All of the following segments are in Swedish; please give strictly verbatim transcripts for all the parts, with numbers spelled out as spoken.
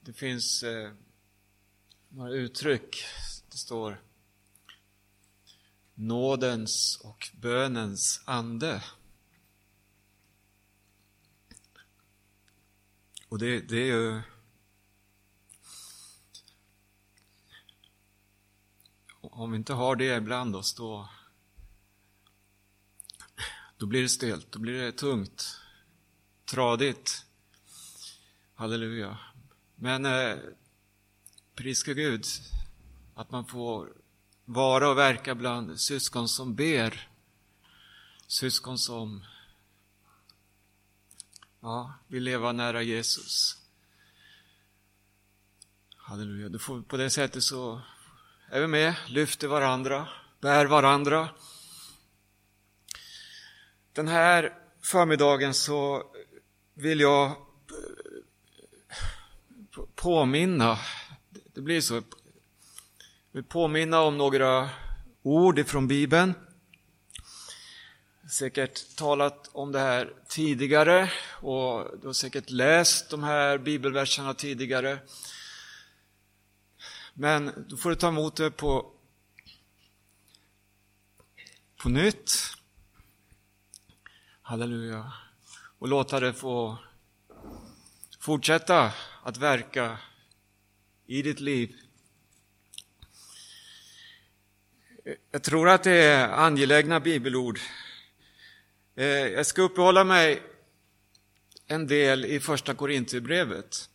Det finns eh, några uttryck. Det står nådens och bönens ande. Och det, det är ju om vi inte har det ibland oss, då då blir det stelt, då blir det tungt, tradigt. Halleluja. Men eh, priska Gud att man får vara och verka bland syskon som ber, syskon som ja, vill leva nära Jesus. Halleluja. Då får vi på det sättet så är vi med, lyfter varandra, bär varandra. Den här förmiddagen så vill jag påminna, det blir så, jag vill påminna om några ord ifrån Bibeln. Jag har säkert talat om det här tidigare och du har säkert läst de här bibelverserna tidigare. Men då får du ta emot det på, på nytt. Halleluja. Och låta det få fortsätta att verka i ditt liv. Jag tror att det är angelägna bibelord. Jag ska uppehålla mig en del i första Korinthierbrevet.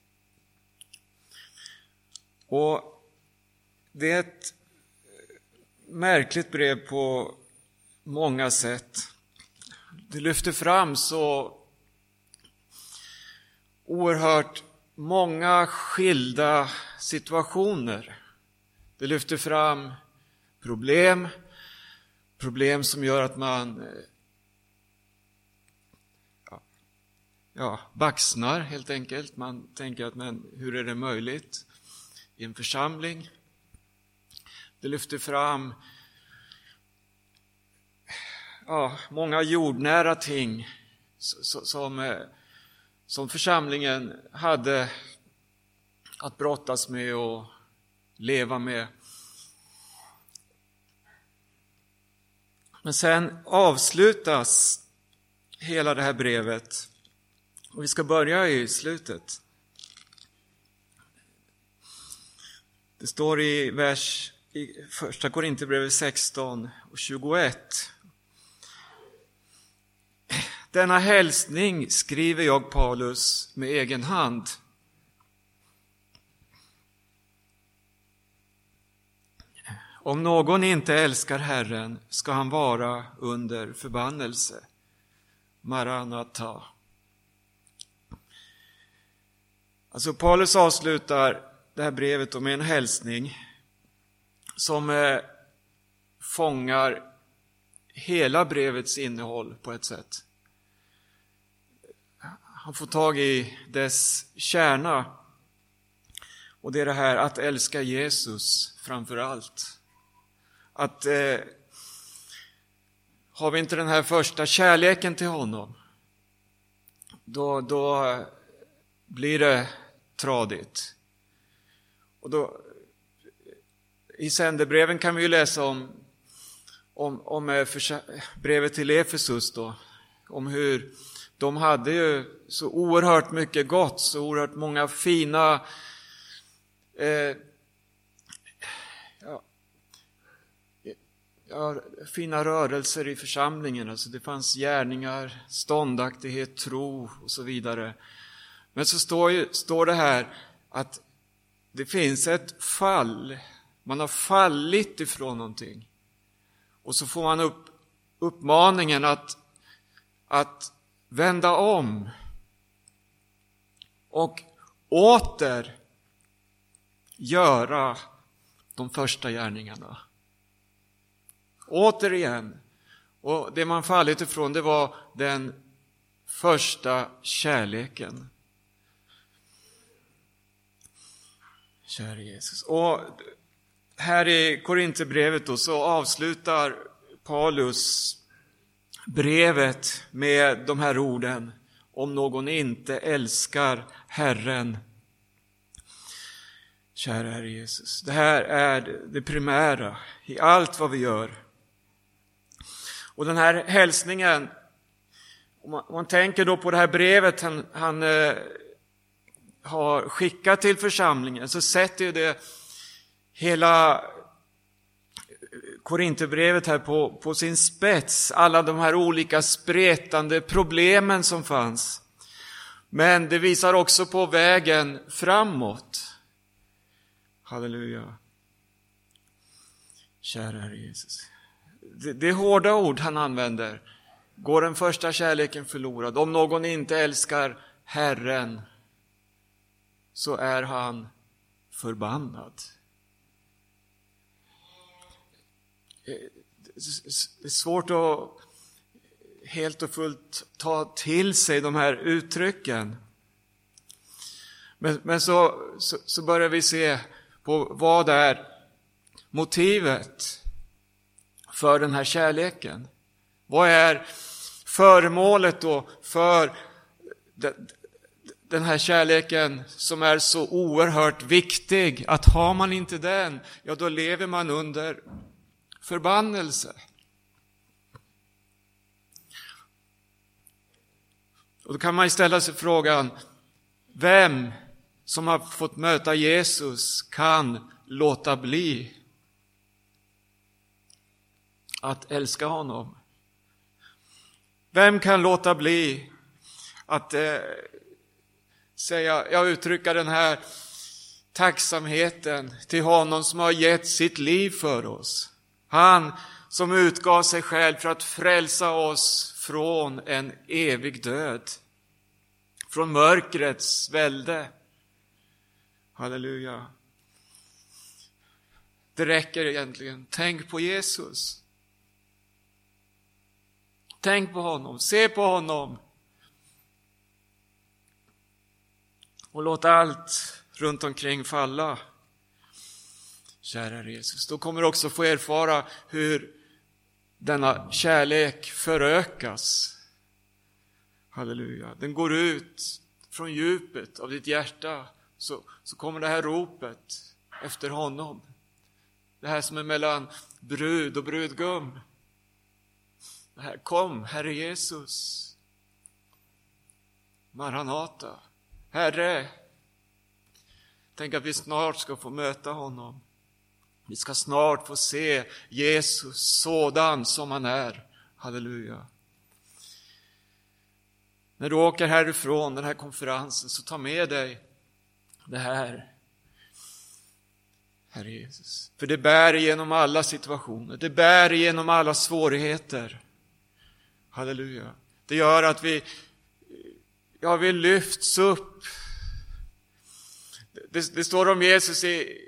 Och det är ett märkligt brev på många sätt. Det lyfter fram så oerhört många skilda situationer. Det lyfter fram problem, problem som gör att man ja, ja, baxnar helt enkelt. Man tänker att men hur är det möjligt i en församling? Det lyfter fram ja, många jordnära ting som, som församlingen hade att brottas med och leva med. Men sen avslutas hela det här brevet och vi ska börja i slutet. Det står i vers i första Korinthierbrevet sexton och tjugoett. Denna hälsning skriver jag, Paulus, med egen hand. Om någon inte älskar Herren ska han vara under förbannelse. Maranatha. Alltså Paulus avslutar det här brevet med en hälsning som eh, fångar hela brevets innehåll på ett sätt. Han får tag i dess kärna. Och det är det här att älska Jesus framför allt. Att eh, har vi inte den här första kärleken till honom, då, då blir det tradigt. Och då i sändebreven kan vi ju läsa om, om, om brevet till Efesus då, om hur de hade ju så oerhört mycket gott, så oerhört många fina eh, ja, ja, fina rörelser i församlingen. Alltså det fanns gärningar, ståndaktighet, tro och så vidare. Men så står, ju, står det här att det finns ett fall. Man har fallit ifrån någonting. Och så får man upp uppmaningen att, att vända om. Och åter göra de första gärningarna. Återigen. Och det man fallit ifrån, det var den första kärleken. Kära Jesus. Och här i Korinthierbrevet då så avslutar Paulus brevet med de här orden: om någon inte älskar Herren Kära Herre Jesus, det här är det primära i allt vad vi gör. Och den här hälsningen, om man, om man tänker då på det här brevet han, han eh, har skickat till församlingen, så sätter ju det hela Korinthierbrevet här på, på sin spets. Alla de här olika spretande problemen som fanns. Men det visar också på vägen framåt. Halleluja. Kära Herre Jesus. Det, det är hårda ord han använder. Går den första kärleken förlorad? Om någon inte älskar Herren, så är han förbannad. Det är svårt att helt och fullt ta till sig de här uttrycken. Men, men så, så, så börjar vi se på vad är motivet för den här kärleken. Vad är föremålet då för den här kärleken som är så oerhört viktig? Att har man inte den, ja då lever man under förbannelse. Och då kan man ställa sig frågan, vem som har fått möta Jesus kan låta bli att älska honom? Vem kan låta bli att eh, säga, jag uttrycker den här tacksamheten till honom som har gett sitt liv för oss. Han som utgav sig själv för att frälsa oss från en evig död. Från mörkrets välde. Halleluja. Det räcker egentligen. Tänk på Jesus. Tänk på honom. Se på honom. Och låt allt runt omkring falla. Kära Jesus. Då kommer du också få erfara hur denna kärlek förökas. Halleluja. Den går ut från djupet av ditt hjärta. Så, så kommer det här ropet efter honom. Det här som är mellan brud och brudgum. Det här, kom, Herre Jesus. Maranata. Herre. Tänk att vi snart ska få möta honom. Vi ska snart få se Jesus sådan som han är. Halleluja. När du åker härifrån den här konferensen, så ta med dig det här. Herre Jesus. För det bär igenom alla situationer. Det bär igenom alla svårigheter. Halleluja. Det gör att vi, ja, vi lyfts upp. Det, det står om Jesus i,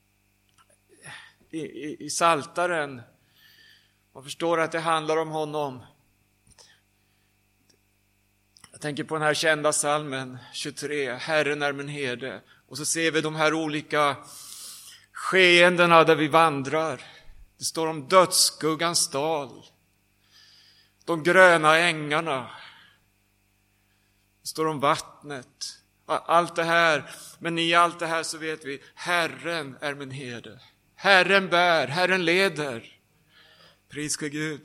i, i Psaltaren. Man förstår att det handlar om honom. Jag tänker på den här kända psalmen tjugotre. Herren är min herde. Och så ser vi de här olika skeendena där vi vandrar. Det står om dödsskuggans dal. De gröna ängarna. Det står om vattnet. Allt det här. Men i allt det här så vet vi, Herren är min herde. Herren bär, Herren leder. Pris ske Gud.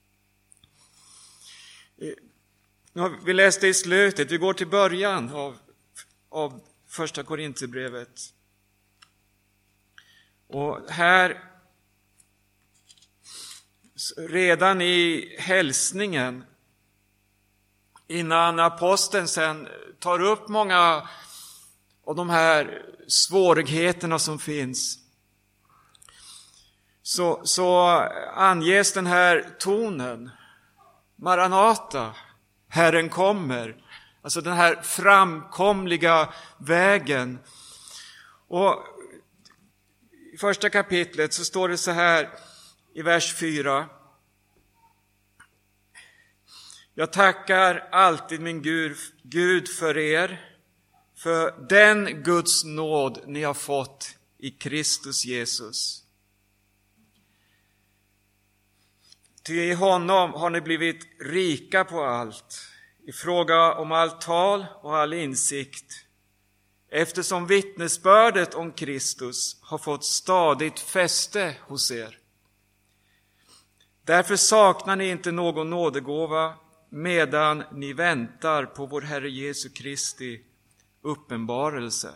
Vi läste i slutet, vi går till början av, av första Korinthierbrevet. Och här, redan i hälsningen, innan aposteln sen tar upp många av de här svårigheterna som finns, så, så anges den här tonen. Maranata, Herren kommer. Alltså den här framkomliga vägen. Och i första kapitlet så står det så här i vers fyra. Jag tackar alltid min Gud, Gud för er, för den Guds nåd ni har fått i Kristus Jesus. Ty i honom har ni blivit rika på allt, i fråga om allt tal och all insikt. eftersom vittnesbördet om Kristus har fått stadigt fäste hos er. Därför saknar ni inte någon nådegåva medan ni väntar på vår Herre Jesu Kristi uppenbarelse.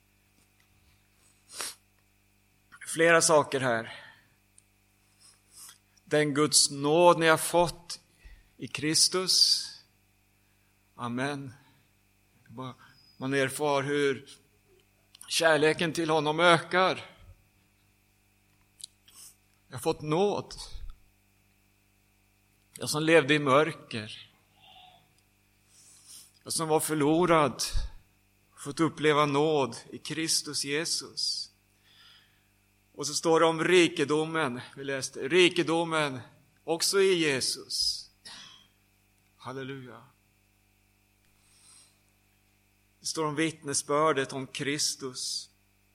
Flera saker här. Den Guds nåd ni har fått i Kristus. Amen. Man erfar hur kärleken till honom ökar. Jag har fått nåd. Jag som levde i mörker. Jag som var förlorad. Fått uppleva nåd i Kristus Jesus. Och så står det om rikedomen. Vi läste rikedomen också i Jesus. Halleluja. Det står om vittnesbördet om Kristus.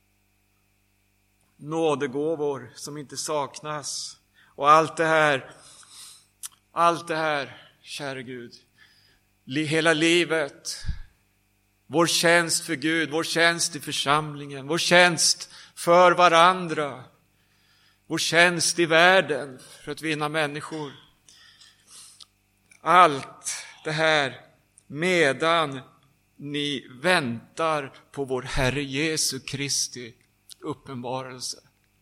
Nådegåvor som inte saknas. Och allt det här, allt det här, kära Gud, hela livet, vår tjänst för Gud, vår tjänst i församlingen, vår tjänst för varandra, vår tjänst i världen för att vinna människor. Allt det här medan ni väntar på vår Herre Jesu Kristi uppenbarelse.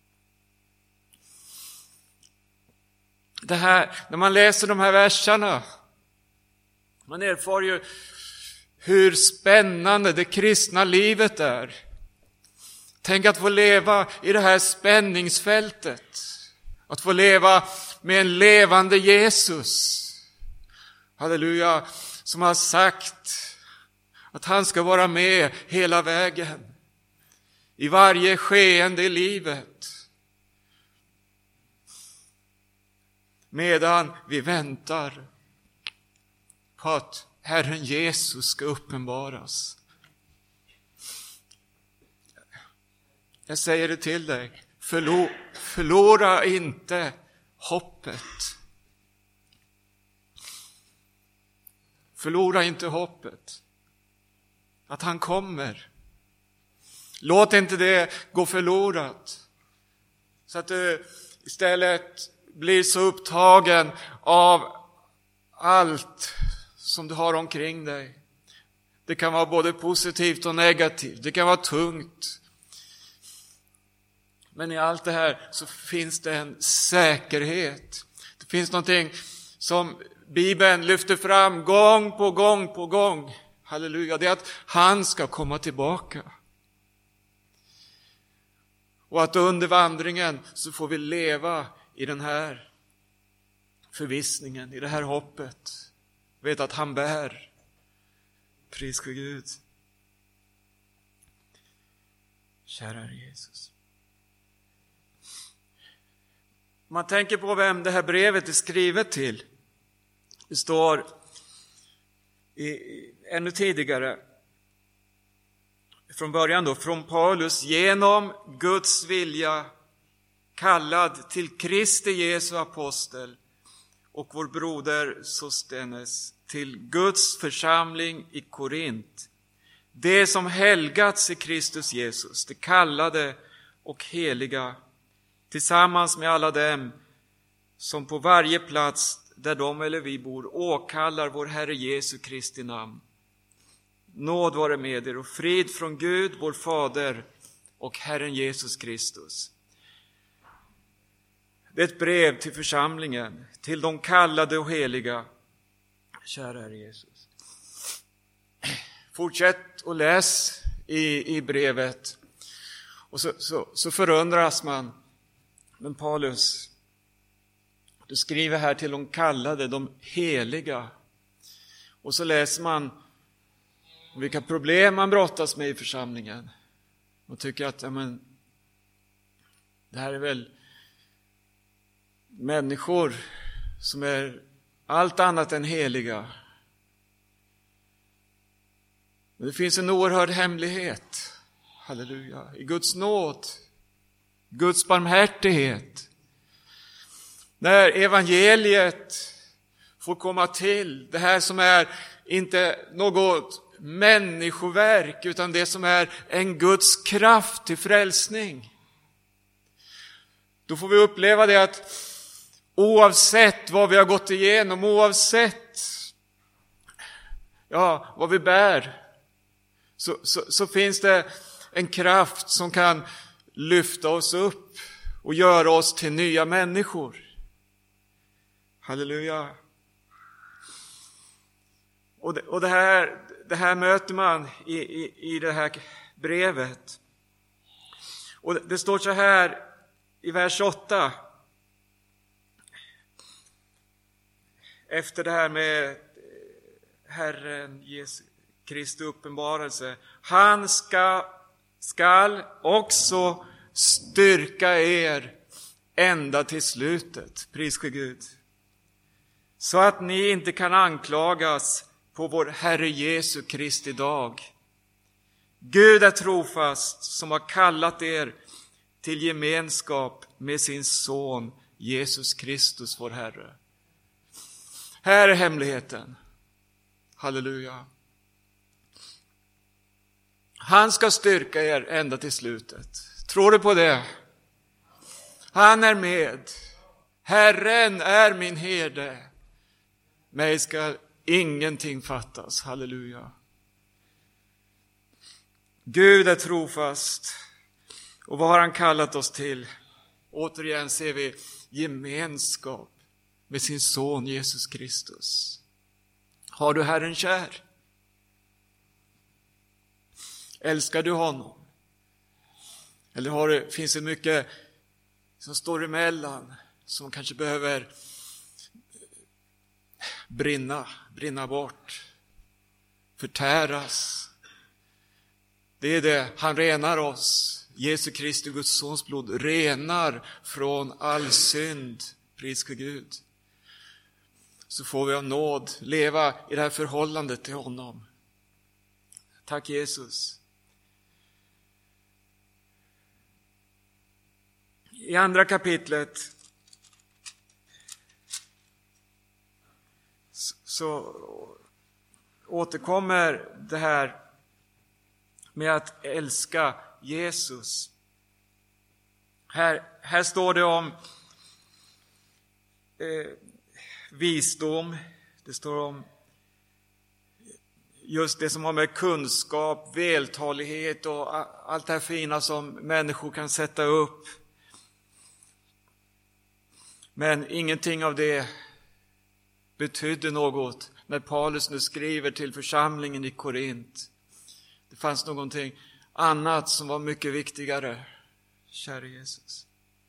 Det här, när man läser de här verserna, man erfar ju hur spännande det kristna livet är. Tänk att få leva i det här spänningsfältet. Att få leva med en levande Jesus. Halleluja, som har sagt att han ska vara med hela vägen. I varje skeende i livet. Medan vi väntar på att Herren Jesus ska uppenbaras. Jag säger det till dig. Förlora, förlora inte hoppet. Förlora inte hoppet. Att han kommer. Låt inte det gå förlorat. Så att du istället blir så upptagen av allt som du har omkring dig. Det kan vara både positivt och negativt. Det kan vara tungt. Men i allt det här så finns det en säkerhet. Det finns någonting som Bibeln lyfter fram gång på gång på gång. Halleluja, det är att han ska komma tillbaka. Och att under vandringen så får vi leva i den här förvissningen, i det här hoppet. Vet att han bär. Pris för Gud. Kära Jesus. Man tänker på vem det här brevet är skrivet till. Det står i, ännu tidigare, från början då, från Paulus, genom Guds vilja kallad till Kristi Jesu apostel och vår broder Sostenes till Guds församling i Korint. Det som helgats i Kristus Jesus, det kallade och heliga, tillsammans med alla dem som på varje plats där de eller vi bor åkallar vår Herre Jesu Kristi namn. Nåd vare med er och frid från Gud, vår Fader och Herren Jesus Kristus. Det är ett brev till församlingen, till de kallade och heliga. Kära Herre Jesus. Fortsätt och läs i, i brevet. Och så, så, så förundras man. Men Paulus, du skriver här till de kallade, de heliga. Och så läser man vilka problem man brottas med i församlingen. Och tycker att ja, men, det här är väl människor som är allt annat än heliga. Men det finns en oerhörd hemlighet. Halleluja. I Guds nåd. Guds barmhärtighet. När evangeliet får komma till. Det här som är inte något människoverk, utan det som är en Guds kraft till frälsning. Då får vi uppleva det att oavsett vad vi har gått igenom, oavsett ja, vad vi bär, så, så, så finns det en kraft som kan lyfta oss upp och göra oss till nya människor. Halleluja. Och det, och det, här, det här möter man i, i, i det här brevet. Och det, det står så här i vers åtta. Efter det här med Herren Jesu Kristi uppenbarelse. Han ska, skall också styrka er ända till slutet. Pris för Gud. Så att ni inte kan anklagas på vår Herre Jesu Kristi dag. Gud är trofast som har kallat er till gemenskap med sin son Jesus Kristus vår Herre. Här är hemligheten. Halleluja. Han ska styrka er ända till slutet. Tror du på det? Han är med. Herren är min herde. Mig ska ingenting fattas. Halleluja. Gud är trofast. Och vad har han kallat oss till? Återigen ser vi gemenskap med sin son Jesus Kristus. Har du Herren kär? Älskar du honom? Eller har det, finns det mycket som står emellan som kanske behöver brinna, brinna bort, förtäras? Det är det, han renar oss. Jesu Kristi Guds sons blod renar från all synd. Pris för Gud. Så får vi av nåd leva i det här förhållandet till honom. Tack Jesus. I andra kapitlet så återkommer det här med att älska Jesus. Här, här står det om eh, visdom. Det står om just det som har med kunskap, vältalighet och allt det här fina som människor kan sätta upp. Men ingenting av det betydde något när Paulus nu skriver till församlingen i Korint. Det fanns någonting annat som var mycket viktigare. Kära Jesus.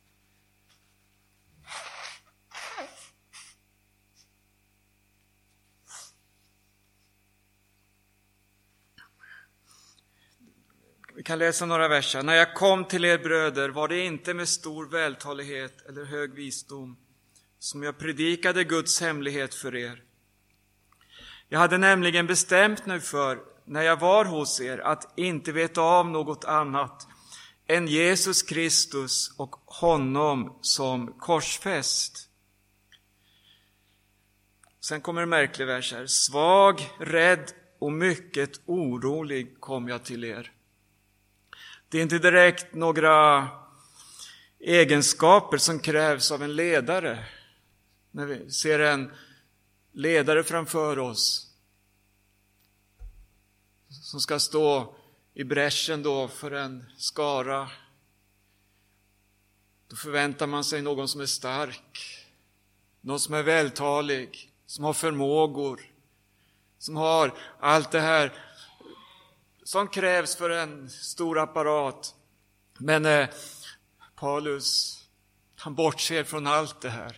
Vi kan läsa några verser. När jag kom till er bröder var det inte med stor vältalighet eller hög visdom som jag predikade Guds hemlighet för er. Jag hade nämligen bestämt mig för, när jag var hos er, att inte veta av något annat än Jesus Kristus och honom som korsfäst. Sen kommer en märklig vers här. Svag, rädd och mycket orolig kom jag till er. Det är inte direkt några egenskaper som krävs av en ledare. När vi ser en ledare framför oss som ska stå i bräschen då för en skara, då förväntar man sig någon som är stark, någon som är vältalig, som har förmågor, som har allt det här som krävs för en stor apparat. Men eh, Paulus, han bortser från allt det här.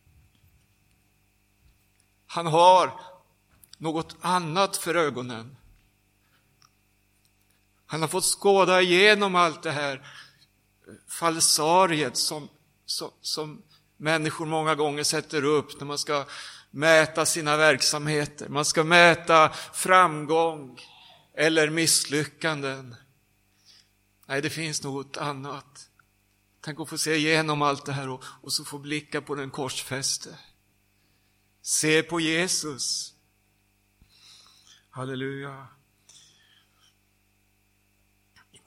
Han har något annat för ögonen. Han har fått skåda igenom allt det här falsariet som, som, som människor många gånger sätter upp när man ska mäta sina verksamheter. Man ska mäta framgång eller misslyckanden. Nej, det finns något annat. Tänk att få se igenom allt det här och, och så få blicka på den korsfäste. Se på Jesus. Halleluja.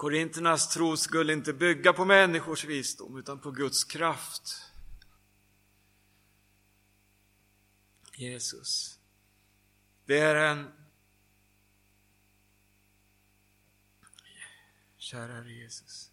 Korinternas tro skulle inte bygga på människors visdom utan på Guds kraft. Jesus. Det är en kära Herre Jesus.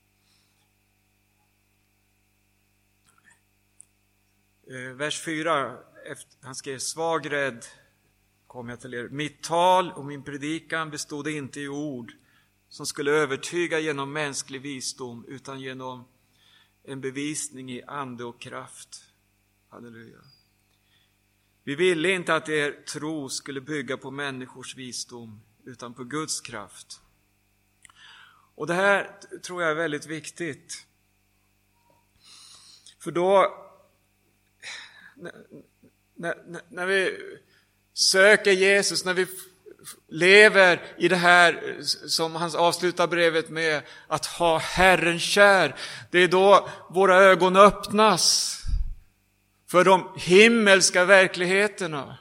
Vers fyra, han skrev: svag rädd kom jag till er. Mitt tal och min predikan bestod inte i ord som skulle övertyga genom mänsklig visdom, utan genom en bevisning i ande och kraft. Halleluja. Vi ville inte att er tro skulle bygga på människors visdom, utan på Guds kraft. Och det här tror jag är väldigt viktigt. För då, när, när, när vi söker Jesus, när vi lever i det här som han avslutar brevet med, att ha Herren kär, det är då våra ögon öppnas för de himmelska verkligheterna.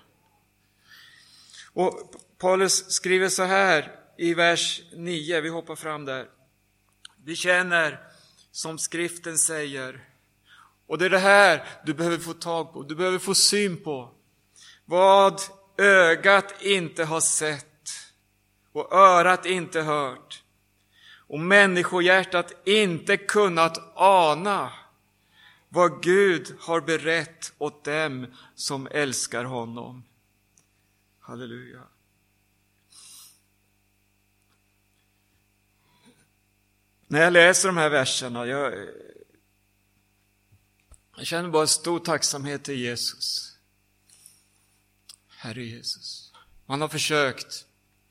Och Paulus skriver så här i vers nio, vi hoppar fram där. Vi känner som skriften säger, och det är det här du behöver få tag på, du behöver få syn på. Vad ögat inte har sett och örat inte hört och människohjärtat inte kunnat ana, vad Gud har berett åt dem som älskar honom. Halleluja. När jag läser de här verserna, jag, jag känner bara stor tacksamhet till Jesus. Herre Jesus. Man har försökt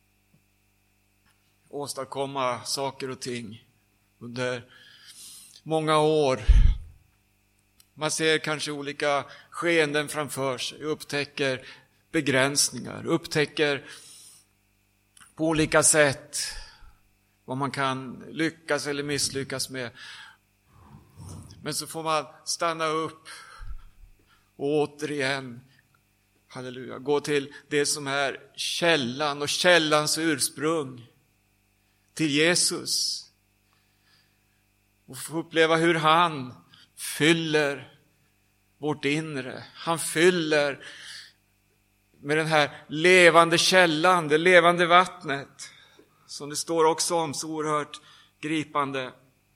åstadkomma saker och ting under många år. Man ser kanske olika skeenden framför sig, upptäcker begränsningar, upptäcker på olika sätt vad man kan lyckas eller misslyckas med. Men så får man stanna upp och återigen, halleluja, gå till det som är källan och källans ursprung, till Jesus. Och få uppleva hur han fyller vårt inre. Han fyller med den här levande källan, det levande vattnet, som det står också om så oerhört gripande.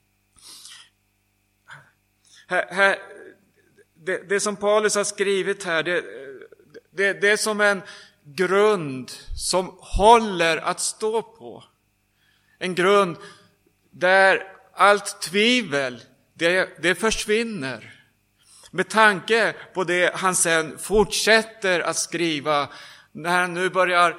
Här, här, det, det som Paulus har skrivit här, det, det, det är som en grund som håller att stå på. En grund där allt tvivel, det, det försvinner. Med tanke på det han sen fortsätter att skriva, när han nu börjar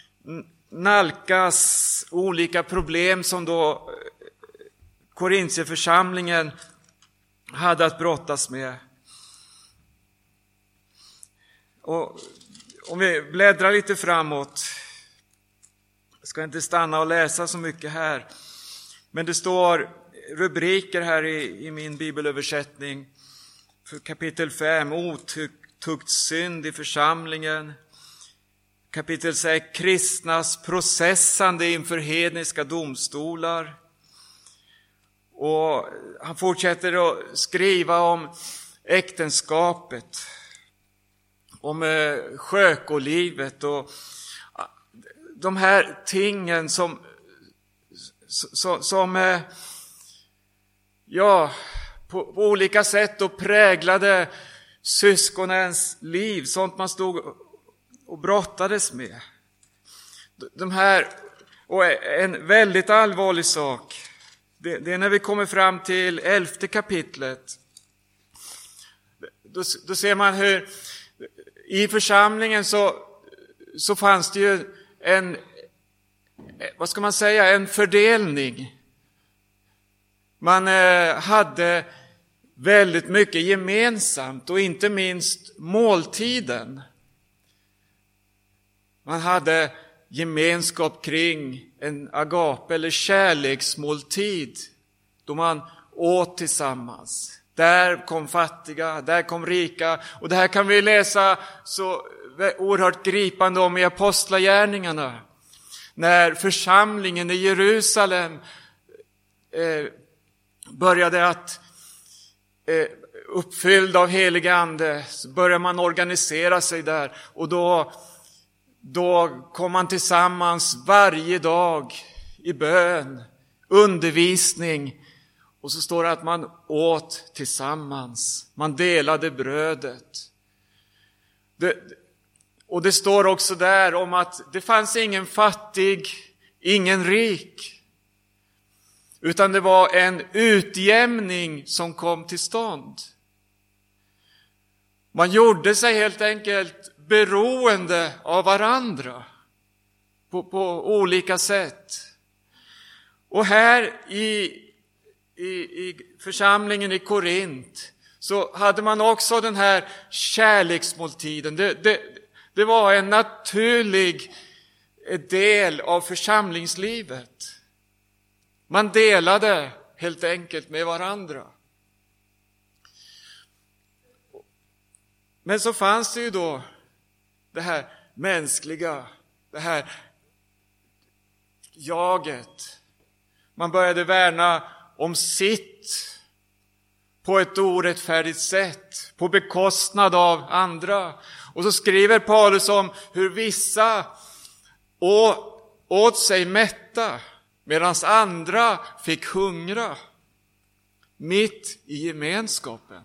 nalkas olika problem som då Korintierförsamlingen hade att brottas med. Och om vi bläddrar lite framåt, jag ska inte stanna och läsa så mycket här, men det står rubriker här i, i min bibelöversättning för kapitel fem, otukt synd i församlingen. Kapitel sex, kristnas processande inför hedniska domstolar. Och han fortsätter att skriva om äktenskapet, om skökolivet och de här tingen som som, som ja, på, på olika sätt då präglade syskonens liv, sånt man stod och brottades med. De här, och en väldigt allvarlig sak, det, det är när vi kommer fram till elfte kapitlet. Då, då ser man hur i församlingen så, så fanns det ju en, vad ska man säga, en fördelning. Man eh, hade väldigt mycket gemensamt, och inte minst måltiden. Man hade gemenskap kring en agape eller kärleksmåltid då man åt tillsammans. Där kom fattiga, där kom rika, och det här kan vi läsa så oerhört gripande om i apostlagärningarna. När församlingen i Jerusalem eh, började att eh, uppfylld av helig ande, så började man organisera sig där. Och då, då kom man tillsammans varje dag i bön, undervisning. Och så står det att man åt tillsammans. Man delade brödet. Det, och det står också där om att det fanns ingen fattig, ingen rik. Utan det var en utjämning som kom till stånd. Man gjorde sig helt enkelt beroende av varandra på, på olika sätt. Och här i, i, i församlingen i Korint så hade man också den här kärleksmåltiden. Det, det, det var en naturlig del av församlingslivet. Man delade helt enkelt med varandra. Men så fanns det ju då det här mänskliga, det här jaget. Man började värna om sitt på ett orättfärdigt sätt, på bekostnad av andra. Och så skriver Paulus om hur vissa å, åt sig mätta, medan andra fick hungra mitt i gemenskapen.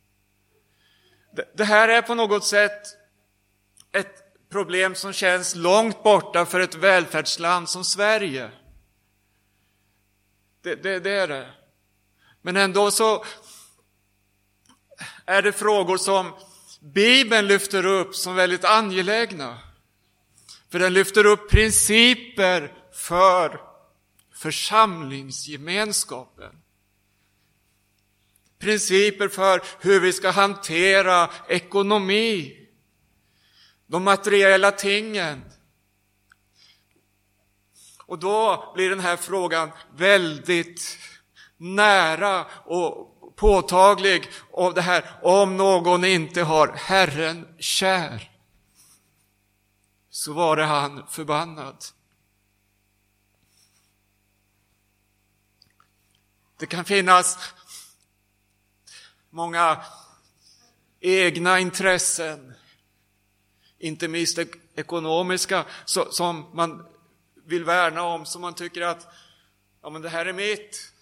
Det här är på något sätt ett problem som känns långt borta för ett välfärdsland som Sverige. Det, det, det är det. Men ändå så är det frågor som Bibeln lyfter upp som väldigt angelägna. För den lyfter upp principer för församlingsgemenskapen. Principer för hur vi ska hantera ekonomi, de materiella tingen. Och då blir den här frågan väldigt nära och påtaglig av det här: om någon inte har Herren kär, så var det han förbannad. Det kan finnas många egna intressen, inte minst ekonomiska, som man vill värna om, som man tycker att ja, men det här är mitt.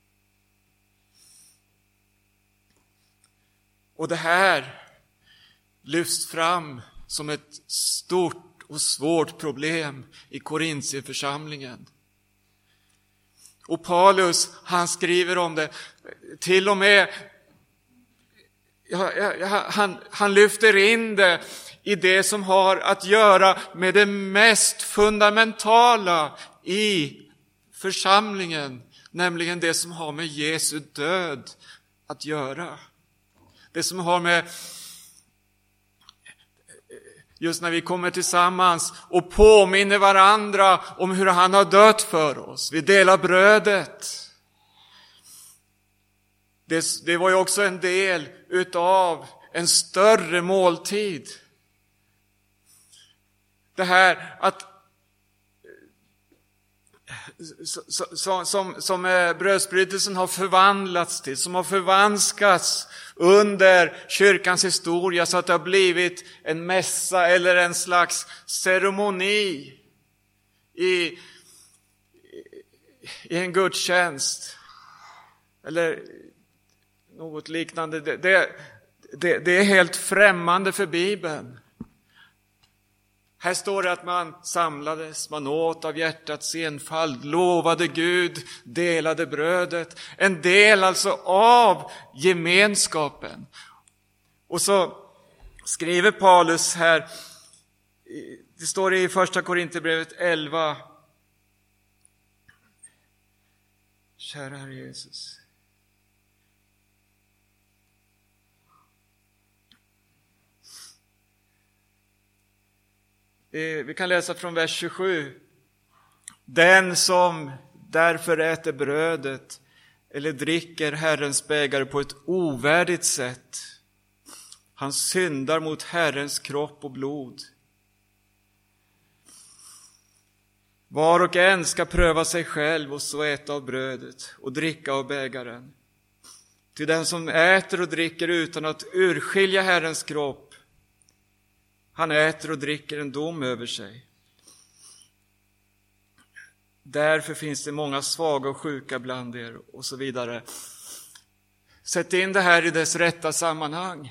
Och det här lyfts fram som ett stort och svårt problem i Korintierförsamlingen. Och Paulus, han skriver om det, till och med ja, ja, han, han lyfter in det i det som har att göra med det mest fundamentala i församlingen, nämligen det som har med Jesu död att göra. Det som har med, just när vi kommer tillsammans och påminner varandra om hur han har dött för oss. Vi delar brödet. Det, det var ju också en del utav en större måltid. Det här att så, så, som, som brödsbrytelsen har förvandlats till, som har förvanskats under kyrkans historia så att det har blivit en mässa eller en slags ceremoni i, i en gudstjänst eller något liknande. Det, det, det, det är helt främmande för Bibeln. Här står det att man samlades, man åt av hjärtats enfald, lovade Gud, delade brödet. En del alltså av gemenskapen. Och så skriver Paulus här, det står i första Korinthierbrevet elva. Kära Herre Jesus. Vi kan läsa från vers tjugosju. Den som därför äter brödet eller dricker Herrens bägare på ett ovärdigt sätt, han syndar mot Herrens kropp och blod. Var och en ska pröva sig själv och så äta av brödet och dricka av bägaren. Till den som äter och dricker utan att urskilja Herrens kropp, han äter och dricker en dom över sig. Därför finns det många svaga och sjuka bland er, och så vidare. Sätt in det här i dess rätta sammanhang.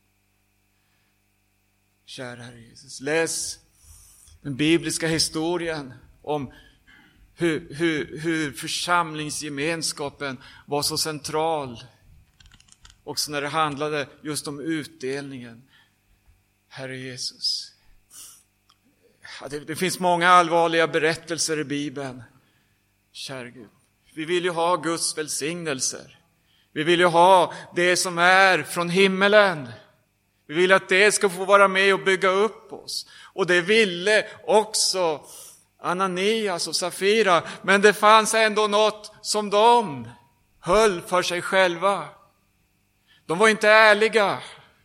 Kära Herre Jesus, läs den bibliska historien om hur, hur, hur församlingsgemenskapen var så central. Också när det handlade just om utdelningen. Herre Jesus. Ja, det, det finns många allvarliga berättelser i Bibeln. Kära Gud. Vi vill ju ha Guds välsignelser. Vi vill ju ha det som är från himmelen. Vi vill att det ska få vara med och bygga upp oss. Och det ville också Ananias och Safira. Men det fanns ändå något som de höll för sig själva. De var inte ärliga.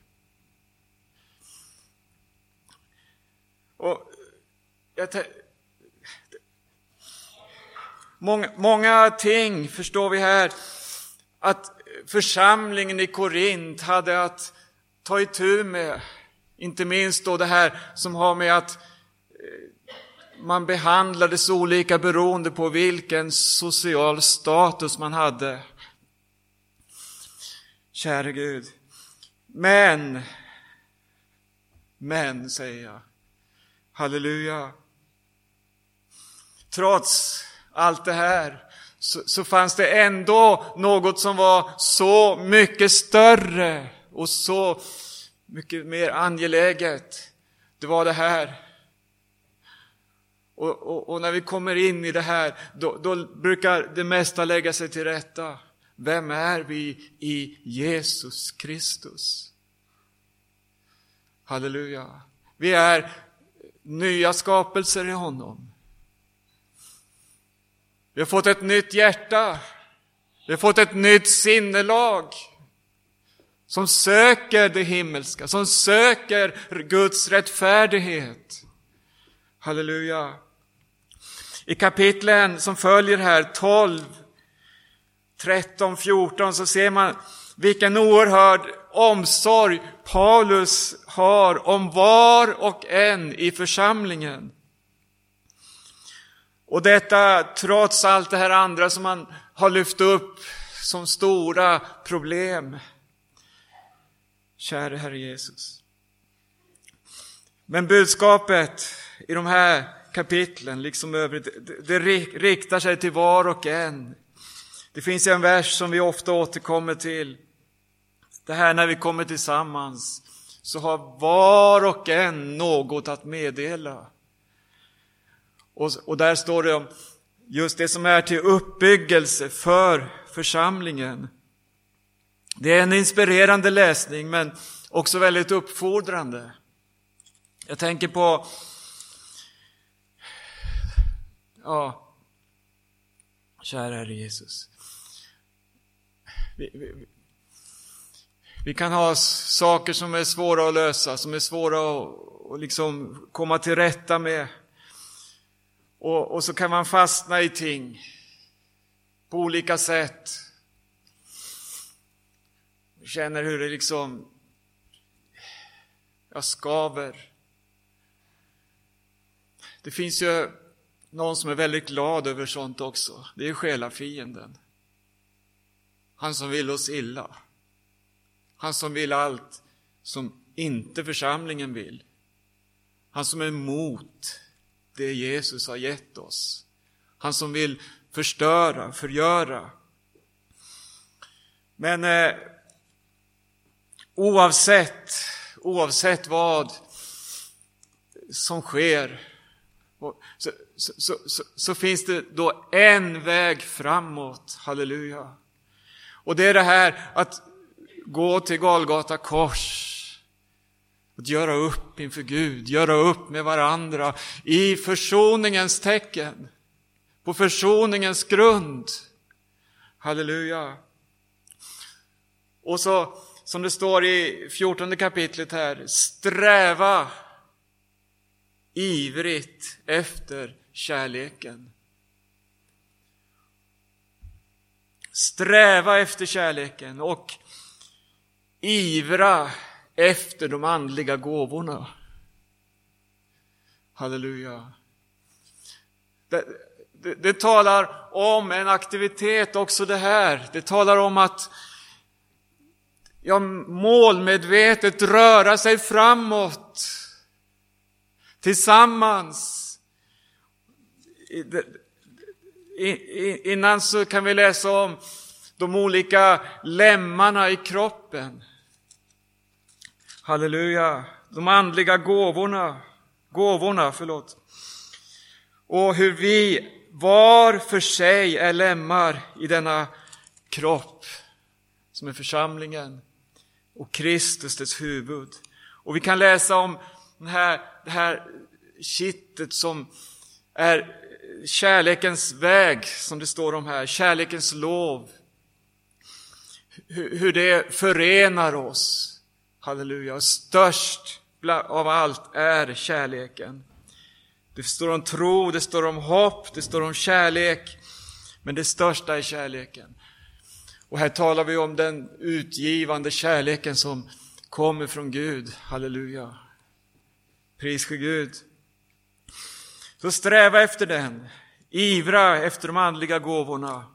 Och jag t- många, många ting förstår vi här att församlingen i Korint hade att ta itu med. Inte minst då det här som har med att man behandlades olika beroende på vilken social status man hade. Kära Gud. Men, men säger jag. Halleluja. Trots allt det här så, så fanns det ändå något som var så mycket större och så mycket mer angeläget. Det var det här. Och, och, och när vi kommer in i det här, då, då brukar det mesta lägga sig till rätta. Vem är vi i Jesus Kristus? Halleluja. Vi är nya skapelser i honom. Vi har fått ett nytt hjärta. Vi har fått ett nytt sinnelag. Som söker det himmelska. Som söker Guds rättfärdighet. Halleluja. I kapitlen som följer här, tolv, tretton, fjorton, så ser man vilken oerhörd omsorg Paulus har om var och en i församlingen. Och detta trots allt det här andra som man har lyft upp som stora problem. Kära Herre Jesus. Men budskapet i de här kapitlen, liksom övrigt, det, det riktar sig till var och en. Det finns en vers som vi ofta återkommer till. Det här när vi kommer tillsammans så har var och en något att meddela. Och, och där står det om just det som är till uppbyggelse för församlingen. Det är en inspirerande läsning men också väldigt uppfordrande. Jag tänker på ja, kära Herre Jesus. Vi, vi, vi kan ha saker som är svåra att lösa, som är svåra att, att liksom komma till rätta med. Och, och så kan man fastna i ting på olika sätt. Jag känner hur det liksom jag skaver. Det finns ju någon som är väldigt glad över sånt också. Det är själafienden. Han som vill oss illa. Han som vill allt som inte församlingen vill. Han som är emot det Jesus har gett oss. Han som vill förstöra, förgöra. Men eh, oavsett, oavsett vad som sker så, så, så, så, så finns det då en väg framåt. Halleluja. Och det är det här att gå till Golgata kors. Att göra upp inför Gud, göra upp med varandra i försoningens tecken. På försoningens grund. Halleluja. Och så, som det står i fjortonde kapitlet här, sträva ivrigt efter kärleken. Sträva efter kärleken och ivra efter de andliga gåvorna. Halleluja. Det, det, det talar om en aktivitet också det här. Det talar om att ja, målmedvetet röra sig framåt tillsammans. Innan så kan vi läsa om de olika lemmarna i kroppen. Halleluja. De andliga gåvorna. Gåvorna, förlåt. Och hur vi var för sig är lemmar i denna kropp som är församlingen. Och Kristus dess huvud. Och vi kan läsa om den här, det här kittet som är kärlekens väg, som det står om här. Kärlekens lov. Hur, hur det förenar oss. Halleluja. Störst av allt är kärleken. Det står om tro, det står om hopp, det står om kärlek. Men det största är kärleken. Och här talar vi om den utgivande kärleken som kommer från Gud. Halleluja. Pris för Gud. Så sträva efter den. Ivra efter de andliga gåvorna.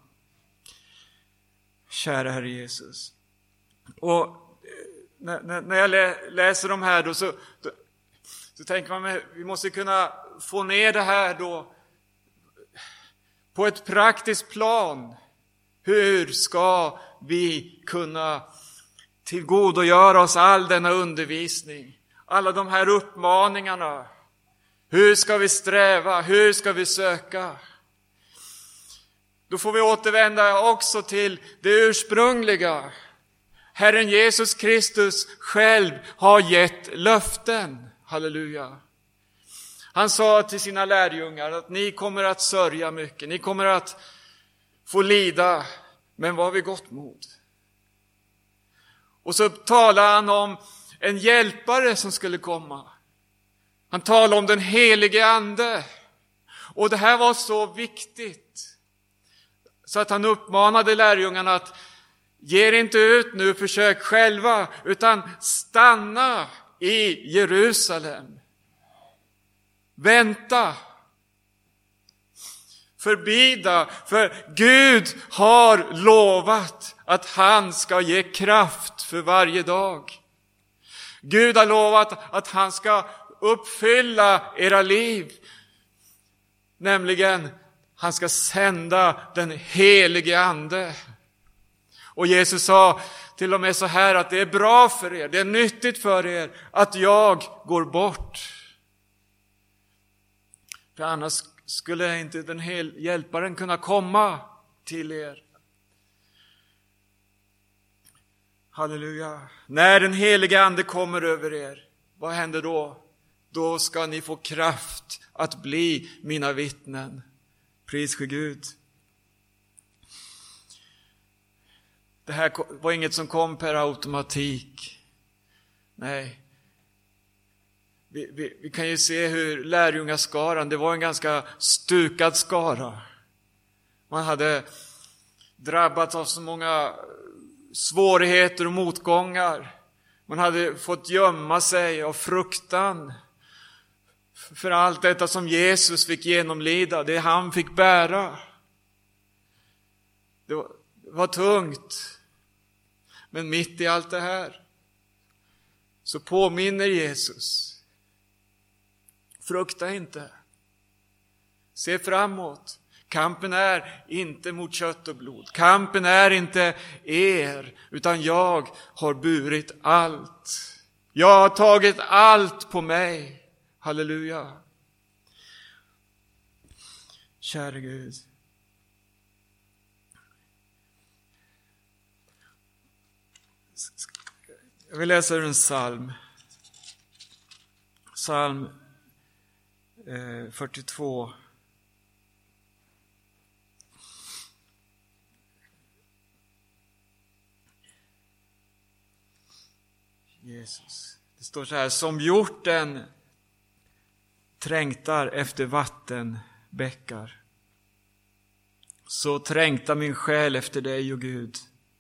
Kära Herre Jesus. Och när, när jag läser de här då så, då, så tänker man, vi måste kunna få ner det här då på ett praktiskt plan. Hur ska vi kunna tillgodogöra oss all denna undervisning? Alla de här uppmaningarna. Hur ska vi sträva? Hur ska vi söka? Då får vi återvända också till det ursprungliga. Herren Jesus Kristus själv har gett löften. Halleluja. Han sa till sina lärjungar att ni kommer att sörja mycket. Ni kommer att få lida. Men var vid gott mod. Och så talar han om en hjälpare som skulle komma. Han talar om den helige ande. Och det här var så viktigt. Så att han uppmanade lärjungarna att ge er inte ut nu, försök själva. Utan stanna i Jerusalem. Vänta. Förbida. För Gud har lovat att han ska ge kraft för varje dag. Gud har lovat att han ska uppfylla era liv. Nämligen, han ska sända den helige ande. Och Jesus sa till och med så här att det är bra för er, det är nyttigt för er att jag går bort. För annars skulle inte den hel hjälparen kunna komma till er. Halleluja. När den helige ande kommer över er, vad händer då? Då ska ni få kraft att bli mina vittnen. Pris för Gud. Det här var inget som kom per automatik. Nej. Vi, vi, vi kan ju se hur lärjungaskaran, det var en ganska stukad skara. Man hade drabbats av så många svårigheter och motgångar. Man hade fått gömma sig av fruktan för allt detta som Jesus fick genomlida. Det han fick bära. Det var, det var tungt. Men mitt i allt det här så påminner Jesus. Frukta inte. Se framåt. Kampen är inte mot kött och blod. Kampen är inte er, utan jag har burit allt. Jag har tagit allt på mig. Halleluja. Kära Gud. Jag vill läsa ur en psalm. Psalm eh, fyrtiotvå. Jesus. Det står så här: som hjorten trängtar efter vatten bäckar. Så trängtar min själ efter dig, o Gud.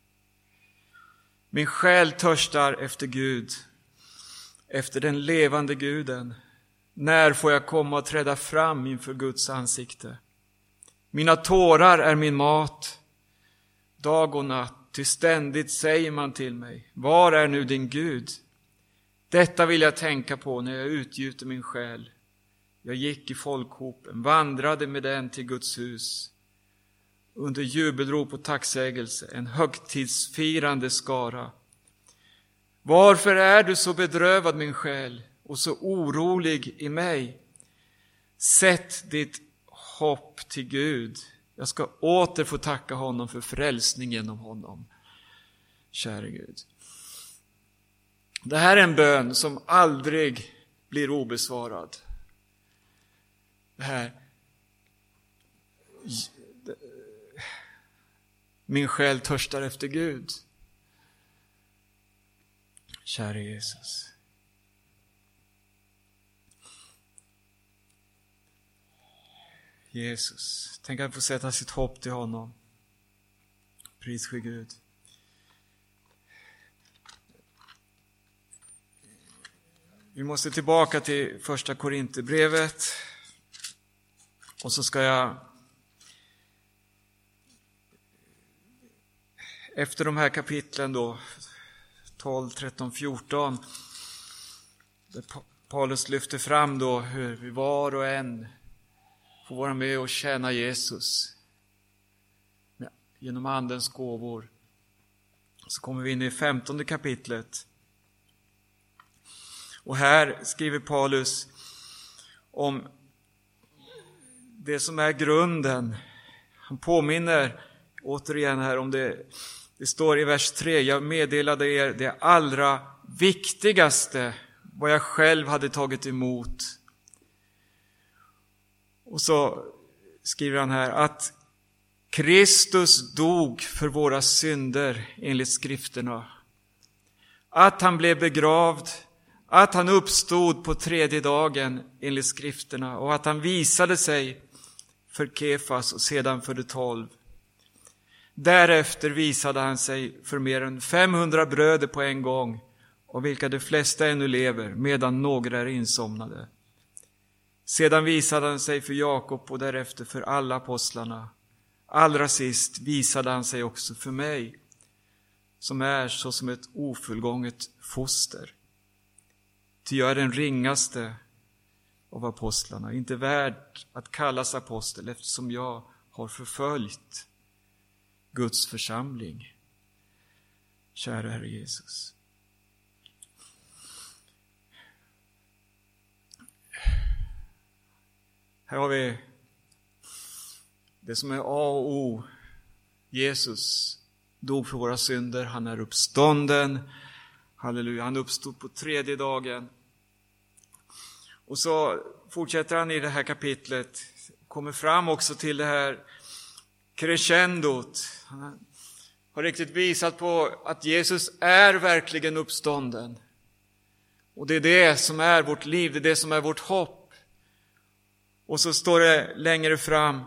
Min själ törstar efter Gud, efter den levande Guden. När får jag komma och träda fram inför Guds ansikte? Mina tårar är min mat, dag och natt, ty ständigt säger man till mig, var är nu din Gud? Detta vill jag tänka på när jag utgjuter min själ. Jag gick i folkhopen, vandrade med den till Guds hus. Under jubelrop och tacksägelse, en högtidsfirande skara. Varför är du så bedrövad, min själ, och så orolig i mig? Sätt ditt hopp till Gud. Jag ska åter få tacka honom för frälsning genom honom. Käre Gud. Det här är en bön som aldrig blir obesvarad. Det här. Min själ törstar efter Gud. Käre Jesus. Jesus. Tänk att få sätta sitt hopp till honom. Pris ske Gud. Vi måste tillbaka till första Korinthierbrevet. Och så ska jag efter de här kapitlen då tolv, tretton, fjorton där Paulus lyfter fram då hur vi var och en får vara med och tjäna Jesus genom andens gåvor. Så kommer vi in i femtonde kapitlet. Och här skriver Paulus om det som är grunden. Han påminner återigen här om det. Det står i vers tre. Jag meddelade er det allra viktigaste, vad jag själv hade tagit emot. Och så skriver han här att Kristus dog för våra synder enligt skrifterna. Att han blev begravd, att han uppstod på tredje dagen enligt skrifterna och att han visade sig för Kefas och sedan för de tolv. Därefter visade han sig för mer än femhundra bröder på en gång, av vilka de flesta ännu lever, medan några är insomnade. Sedan visade han sig för Jakob och därefter för alla apostlarna. Allra sist visade han sig också för mig, som är så som ett ofullgånget foster. Ty jag är den ringaste av apostlarna, inte värd att kallas apostel, eftersom jag har förföljt Guds församling. Kära Herre Jesus. Här har vi det som är A och O. Jesus dog för våra synder. Han är uppstånden. Halleluja. Han uppstod på tredje dagen. Och så fortsätter han i det här kapitlet. Kommer fram också till det här crescendot. Han har riktigt visat på att Jesus är verkligen uppstånden. Och det är det som är vårt liv. Det är det som är vårt hopp. Och så står det längre fram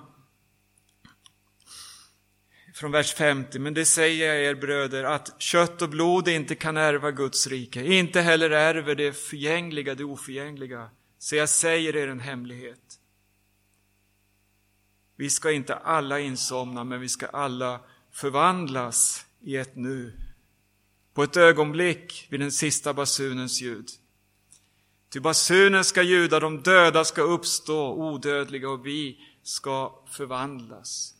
från vers femtio. Men det säger jag er bröder, att kött och blod inte kan ärva Guds rike. Inte heller ärver det förgängliga, det oförgängliga. Så jag säger er en hemlighet. Vi ska inte alla insomna, men vi ska alla förvandlas i ett nu. På ett ögonblick vid den sista basunens ljud. Ty basunen ska ljuda, de döda ska uppstå odödliga och vi ska förvandlas.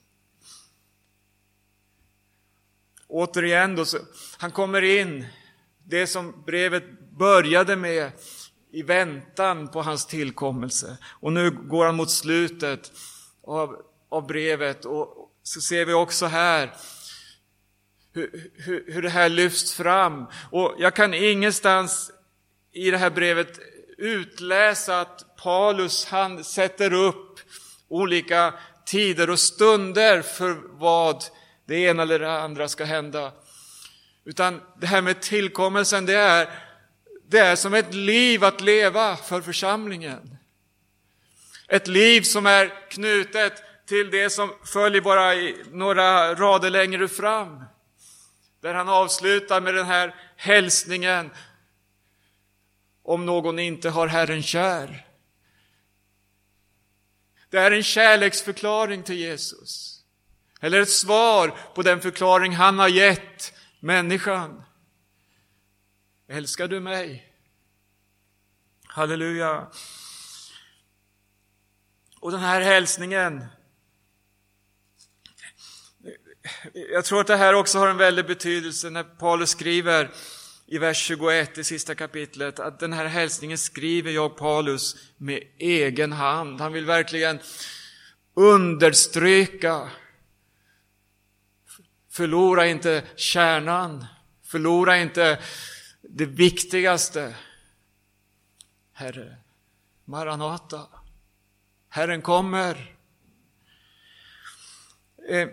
Återigen då, så, han kommer in, det som brevet började med i väntan på hans tillkommelse. Och nu går han mot slutet av, av brevet och så ser vi också här hur, hur, hur det här lyfts fram. Och jag kan ingenstans i det här brevet utläsa att Paulus han sätter upp olika tider och stunder för vad det ena eller det andra ska hända. Utan det här med tillkommelsen, det är, det är som ett liv att leva för församlingen. Ett liv som är knutet till det som följer bara i några rader längre fram. Där han avslutar med den här hälsningen: om någon inte har Herren kär. Det är en kärleksförklaring till Jesus. Eller ett svar på den förklaring han har gett människan. Älskar du mig? Halleluja. Och den här hälsningen, jag tror att det här också har en väldig betydelse när Paulus skriver i vers tjugoett i sista kapitlet, att den här hälsningen skriver jag, Paulus, med egen hand. Han vill verkligen understryka: förlora inte kärnan, förlora inte det viktigaste. Herre, Maranata, Herren kommer. Eh,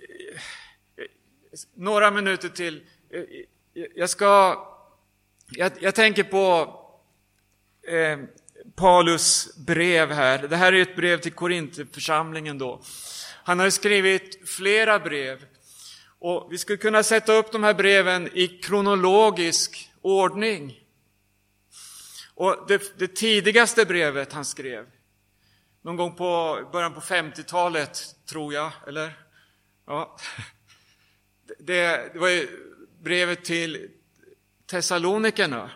några minuter till. Jag ska jag, jag tänker på eh, Paulus brev här. Det här är ett brev till Korintförsamlingen då. Han har skrivit flera brev. Och vi skulle kunna sätta upp de här breven i kronologisk ordning. Och det, det tidigaste brevet han skrev, någon gång på början på femtiotalet, tror jag, eller? Ja. Det, det var ju brevet till Thessalonikerna.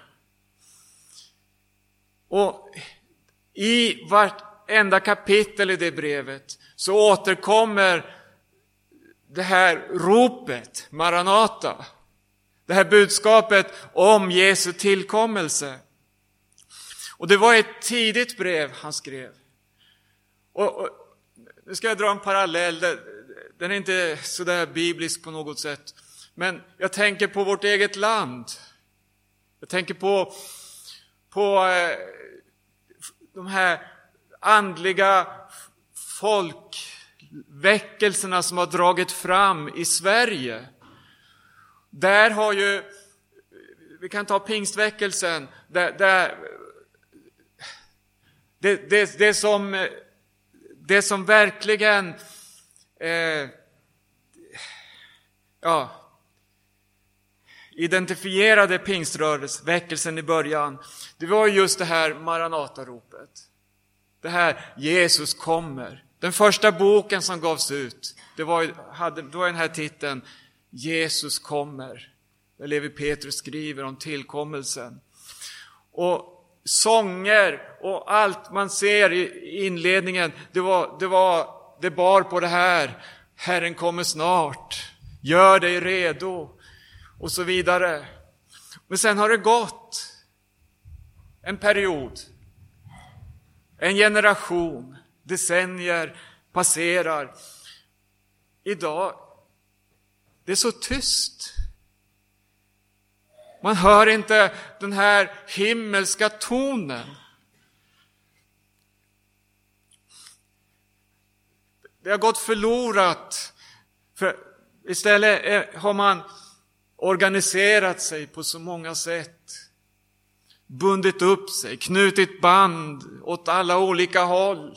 Och i vartenda kapitel i det brevet så återkommer det här ropet, Maranata. Det här budskapet om Jesu tillkommelse. Och det var ett tidigt brev han skrev. Och, och nu ska jag dra en parallell. Den är inte så där biblisk på något sätt. Men jag tänker på vårt eget land. Jag tänker på, på eh, de här andliga folkväckelserna som har dragit fram i Sverige. Där har ju, vi kan ta pingstväckelsen, där, där det, det, det, som, det som verkligen eh, ja, identifierade pingströrelsen i början, det var just det här Maranata-ropet. Det här Jesus kommer. Den första boken som gavs ut, det var, hade, det var den här titeln Jesus kommer. Där Levi Petrus skriver om tillkommelsen. Och sånger och allt man ser i inledningen, det var, det var, det bar på det här: Herren kommer snart, gör dig redo, och så vidare. Men sen har det gått en period, en generation, decennier passerar. Idag, det är så tyst. Man hör inte den här himmelska tonen. Det har gått förlorat. För istället har man organiserat sig på så många sätt. Bundit upp sig, knutit band åt alla olika håll.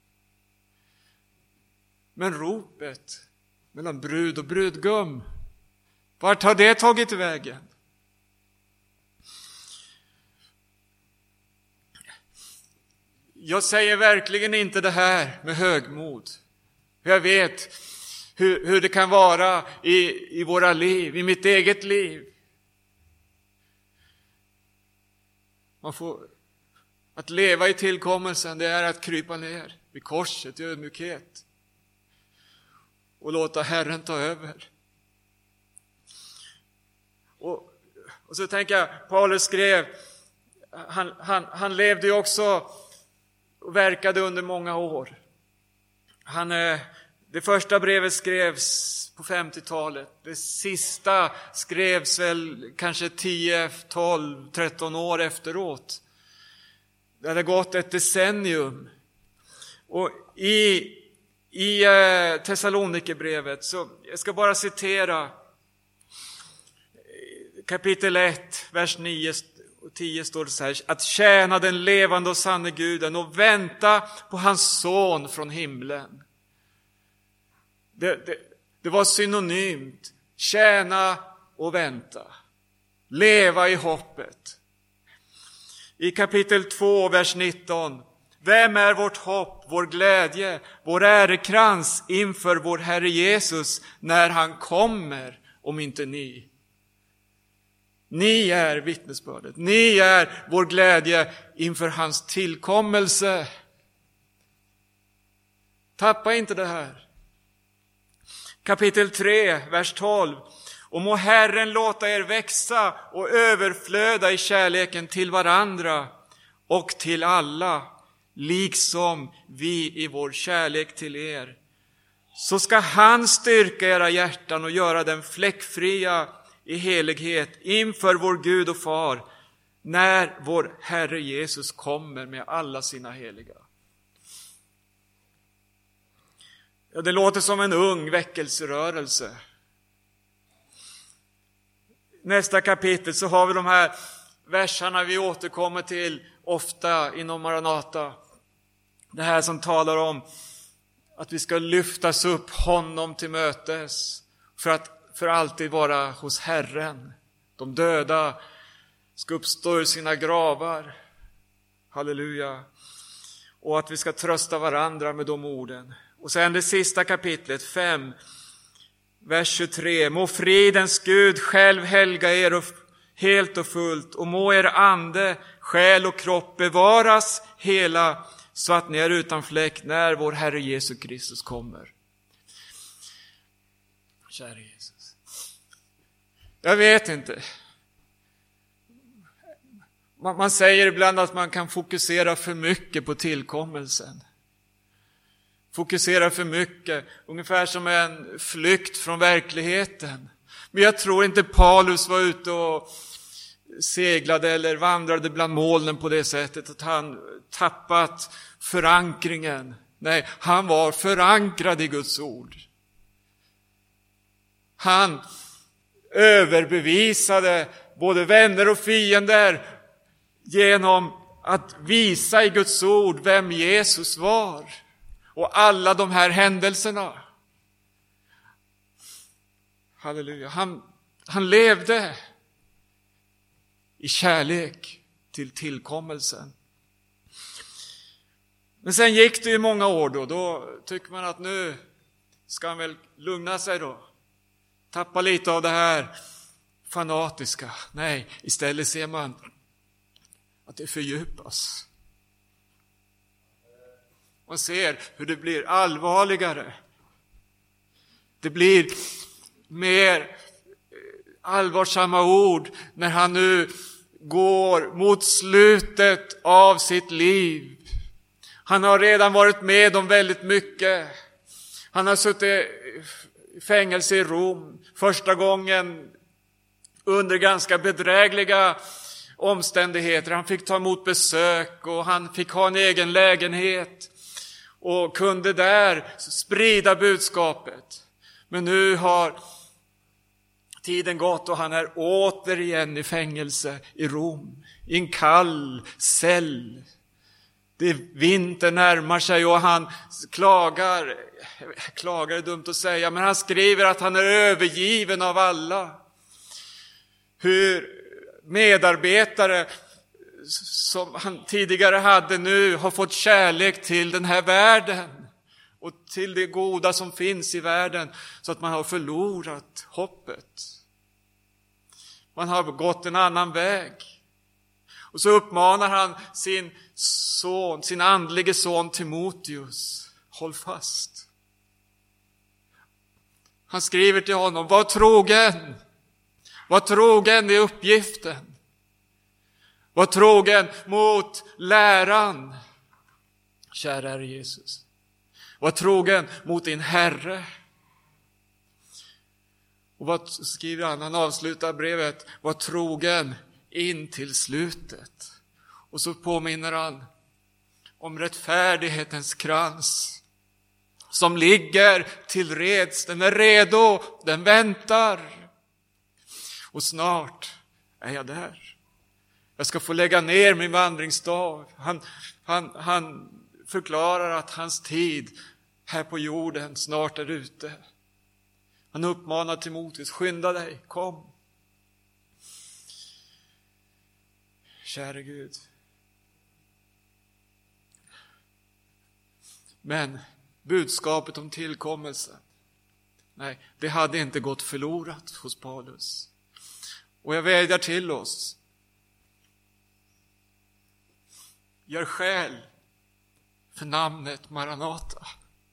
Men ropet mellan brud och brudgum, vart har det tagit vägen? Jag säger verkligen inte det här med högmod. Jag vet hur, hur det kan vara i, i våra liv, i mitt eget liv. Man får, att leva i tillkommelsen, det är att krypa ner vid korset i ödmjukhet och låta Herren ta över. Och, och så tänker jag, Paulus skrev, han, han, han levde ju också och verkade under många år. Han, det första brevet skrevs på femtiotalet. Det sista skrevs väl kanske tio, tolv, tretton år efteråt. Det hade gått ett decennium. Och i, i Thessalonikerbrevet, så jag ska bara citera kapitel ett, vers nio. och tio står det så här: att tjäna den levande och sanne Guden och vänta på hans son från himlen. Det, det, det var synonymt. Tjäna och vänta. Leva i hoppet. I kapitel två, vers nitton. Vem är vårt hopp, vår glädje, vår ärekrans inför vår Herre Jesus när han kommer, om inte ni? Ni är vittnesbördet. Ni är vår glädje inför hans tillkommelse. Tappa inte det här. Kapitel tre, vers tolv. Och må Herren låta er växa och överflöda i kärleken till varandra och till alla, liksom vi i vår kärlek till er. Så ska han styrka era hjärtan och göra dem fläckfria i helighet inför vår Gud och Far, när vår Herre Jesus kommer med alla sina heliga. Ja, det låter som en ung väckelserörelse. Nästa kapitel så har vi de här verserna vi återkommer till ofta inom Maranata. Det här som talar om att vi ska lyftas upp honom till mötes för att för alltid vara hos Herren. De döda ska uppstå ur sina gravar. Halleluja. Och att vi ska trösta varandra med de orden. Och sen det sista kapitlet, fem, vers tjugotre. Må fridens Gud själv helga er och helt och fullt, och må er ande, själ och kropp bevaras hela, så att ni är utan fläck när vår Herre Jesus Kristus kommer. Kära Jesus. Jag vet inte. Man, man säger ibland att man kan fokusera för mycket på tillkommelsen. Fokusera för mycket, ungefär som en flykt från verkligheten. Men jag tror inte Paulus var ute och seglade eller vandrade bland molnen på det sättet att han tappat förankringen. Nej, han var förankrad i Guds ord. Han överbevisade både vänner och fiender genom att visa i Guds ord vem Jesus var. Och alla de här händelserna. Halleluja. Han, han levde i kärlek till tillkommelsen. Men sen gick det ju många år då. Då tycker man att nu ska han väl lugna sig då. Tappa lite av det här fanatiska. Nej, istället ser man att det fördjupas. Man ser hur det blir allvarligare. Det blir mer allvarsamma ord när han nu går mot slutet av sitt liv. Han har redan varit med om väldigt mycket. Han har suttit i fängelse i Rom första gången under ganska bedrägliga omständigheter. Han fick ta emot besök och han fick ha en egen lägenhet och kunde där sprida budskapet. Men nu har tiden gått och han är återigen i fängelse i Rom, i en kall cell. Det vinter närmar sig och han klagar, klagar är dumt att säga, men han skriver att han är övergiven av alla. Hur medarbetare som han tidigare hade nu har fått kärlek till den här världen och till det goda som finns i världen, så att man har förlorat hoppet. Man har gått en annan väg. Och så uppmanar han sin son, sin andlige son Timoteus: håll fast. Han skriver till honom: var trogen. Var trogen i uppgiften. Var trogen mot läran. Kära Herre Jesus. Var trogen mot din Herre. Och vad skriver han? Han avslutar brevet: var trogen in till slutet. Och så påminner han om rättfärdighetens krans som ligger till reds. Den är redo, den väntar. Och snart är jag där. Jag ska få lägga ner min vandringsstav. Han, han, han förklarar att hans tid här på jorden snart är ute. Han uppmanar Timoteus, skynda dig, kom. Käre Gud. Men budskapet om tillkommelsen, nej, det hade inte gått förlorat hos Paulus. Och jag vädjar till oss. Gör skäl för namnet Maranata.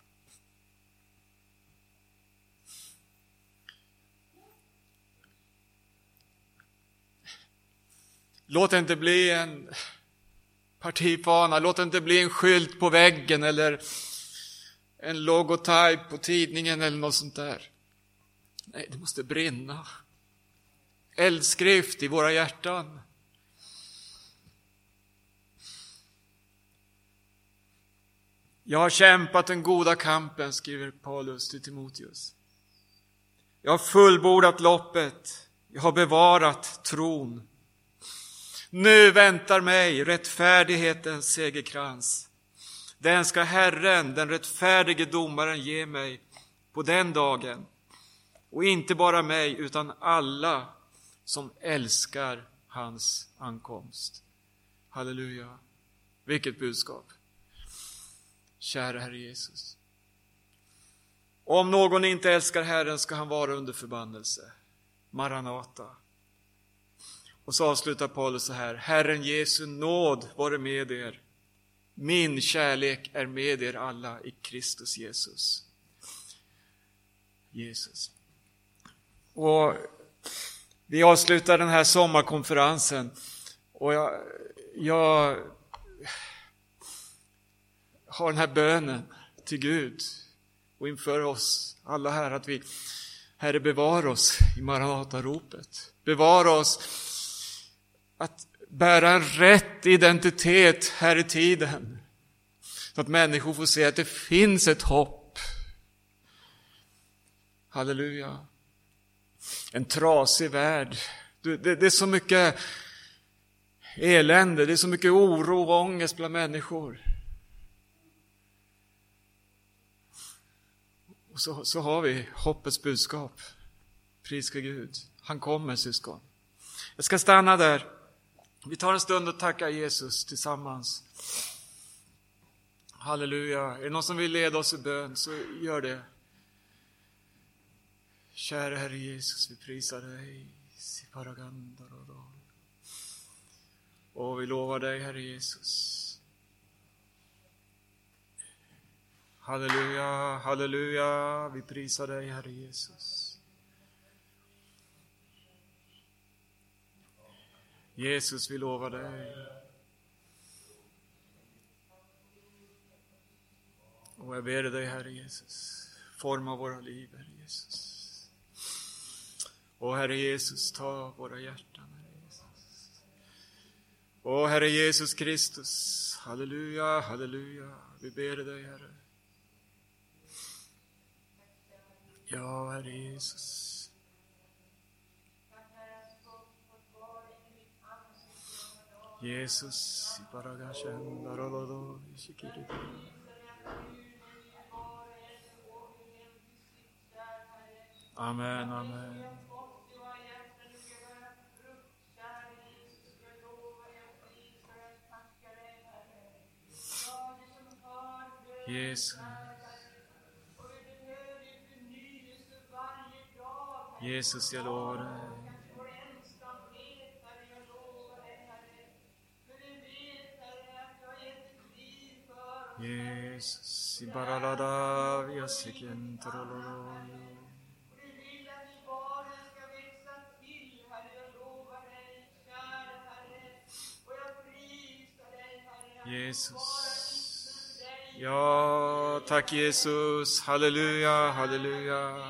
Låt det inte bli en partifana, låt det inte bli en skylt på väggen eller en logotyp på tidningen eller något sånt där. Nej, det måste brinna. Eldskrift i våra hjärtan. Jag har kämpat den goda kampen, skriver Paulus till Timoteus. Jag har fullbordat loppet. Jag har bevarat tron. Nu väntar mig rättfärdighetens segerkrans. Den ska Herren, den rättfärdige domaren, ge mig på den dagen. Och inte bara mig, utan alla som älskar hans ankomst. Halleluja. Vilket budskap. Kära Herre Jesus. Om någon inte älskar Herren ska han vara under förbannelse. Maranata. Och så avslutar Paulus så här. Herren Jesu nåd vare med er. Min kärlek är med er alla i Kristus Jesus. Jesus. Och vi avslutar den här sommarkonferensen. Och jag, jag har den här bönen till Gud och inför oss alla här att vi, Herre, bevara oss i Maranata-ropet. Bevara oss att bära en rätt identitet här i tiden. Så att människor får se att det finns ett hopp. Halleluja. En trasig värld. Det, det, det är så mycket elände, det är så mycket oro och ångest bland människor. Och så, så har vi hoppets budskap. Priska Gud. Han kommer, syskon. Jag ska stanna där. Vi tar en stund och tackar Jesus tillsammans. Halleluja. Är det någon som vill leda oss i bön, så gör det. Kära Herre Jesus, vi prisar dig. Och vi lovar dig, Herre Jesus. Halleluja, halleluja. Vi prisar dig, Herre Jesus. Jesus, vi lovar dig. Och jag ber dig, Herre Jesus, forma våra liv, Herre Jesus. Och Herre Jesus, ta våra hjärtan, Herre Jesus. Och Herre Jesus Kristus, halleluja, halleluja. Vi ber dig, Herre. Ja, Herre Jesus. Jesus, Baragashen, Darolodo, Shikiri. Amen, amen. Jesus. Jesus, jag lovar dig. Jesus, i baralada via siken trololo. Jesus. Ja, tack Jesus. Halleluja, halleluja.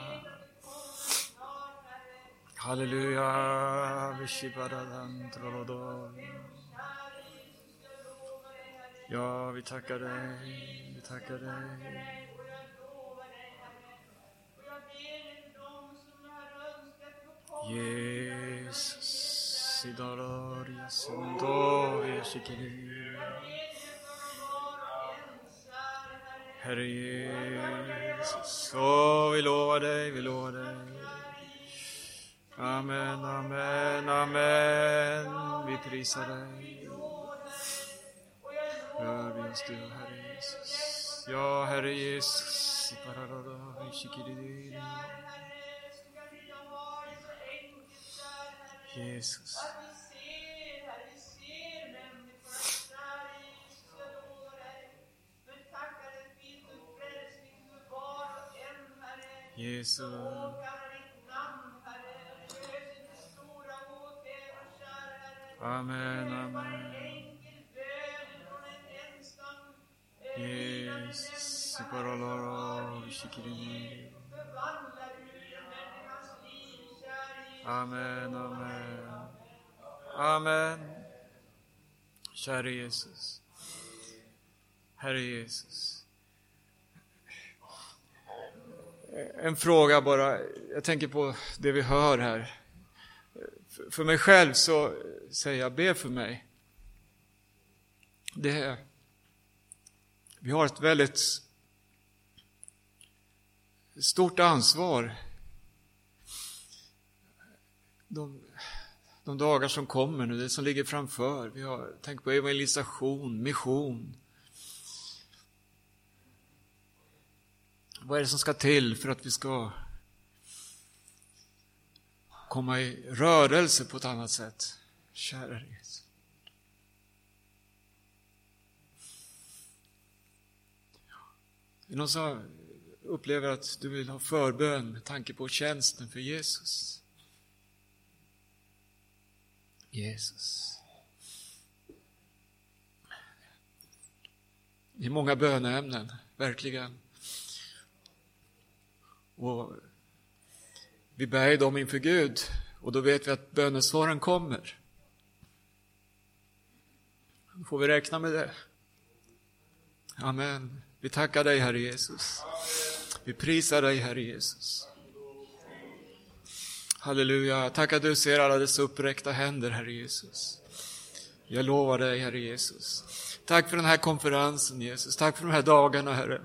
Halleluja, vishibaradan trololo. Ja, vi tackar dig, vi tackar dig. Jesus, Sidararia Sundoria Shikiri. Herre Jesus, åh, vi lovar dig, vi lovar dig. Amen, amen, amen. Vi prisar dig. Rör vi oss du, Herre Jesus. Ja, Herre Jesus. Sidararia Shikiri. Jesus. Jesus. Amen, amen. Jesus. Amen, amen. Amen. Kära Jesus. Herre Jesus. En fråga bara. Jag tänker på det vi hör här. För mig själv så säger jag, be för mig. Det, vi har ett väldigt stort ansvar. De, de dagar som kommer nu, det som ligger framför. Vi har tänkt på evangelisation, mission. Vad är det som ska till för att vi ska komma i rörelse på ett annat sätt? Kära Jesus. Är det någon som upplever att du vill ha förbön med tanke på tjänsten för Jesus? Jesus. Det är många böneämnen, verkligen. Och vi bär dem inför Gud, och då vet vi att bönesvaren kommer. Då får vi räkna med det. Amen. Vi tackar dig, Herre Jesus. Vi prisar dig, Herre Jesus. Halleluja. Tack att du ser alla dessa uppräckta händer, Herre Jesus. Jag lovar dig, Herre Jesus. Tack för den här konferensen, Jesus. Tack för de här dagarna, Herre.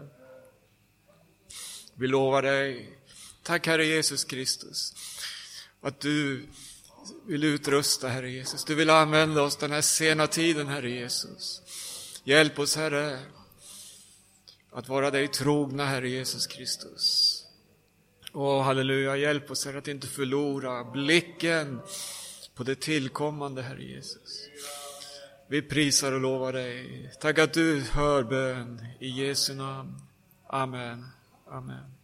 Vi lovar dig. Tack, Herre Jesus Kristus, att du vill utrusta, Herre Jesus. Du vill använda oss den här sena tiden, Herre Jesus. Hjälp oss, Herre, att vara dig trogna, Herre Jesus Kristus. Åh, halleluja. Hjälp oss, Herre, att inte förlora blicken på det tillkommande, Herre Jesus. Vi prisar och lovar dig. Tack att du hör bön i Jesu namn. Amen. Amen.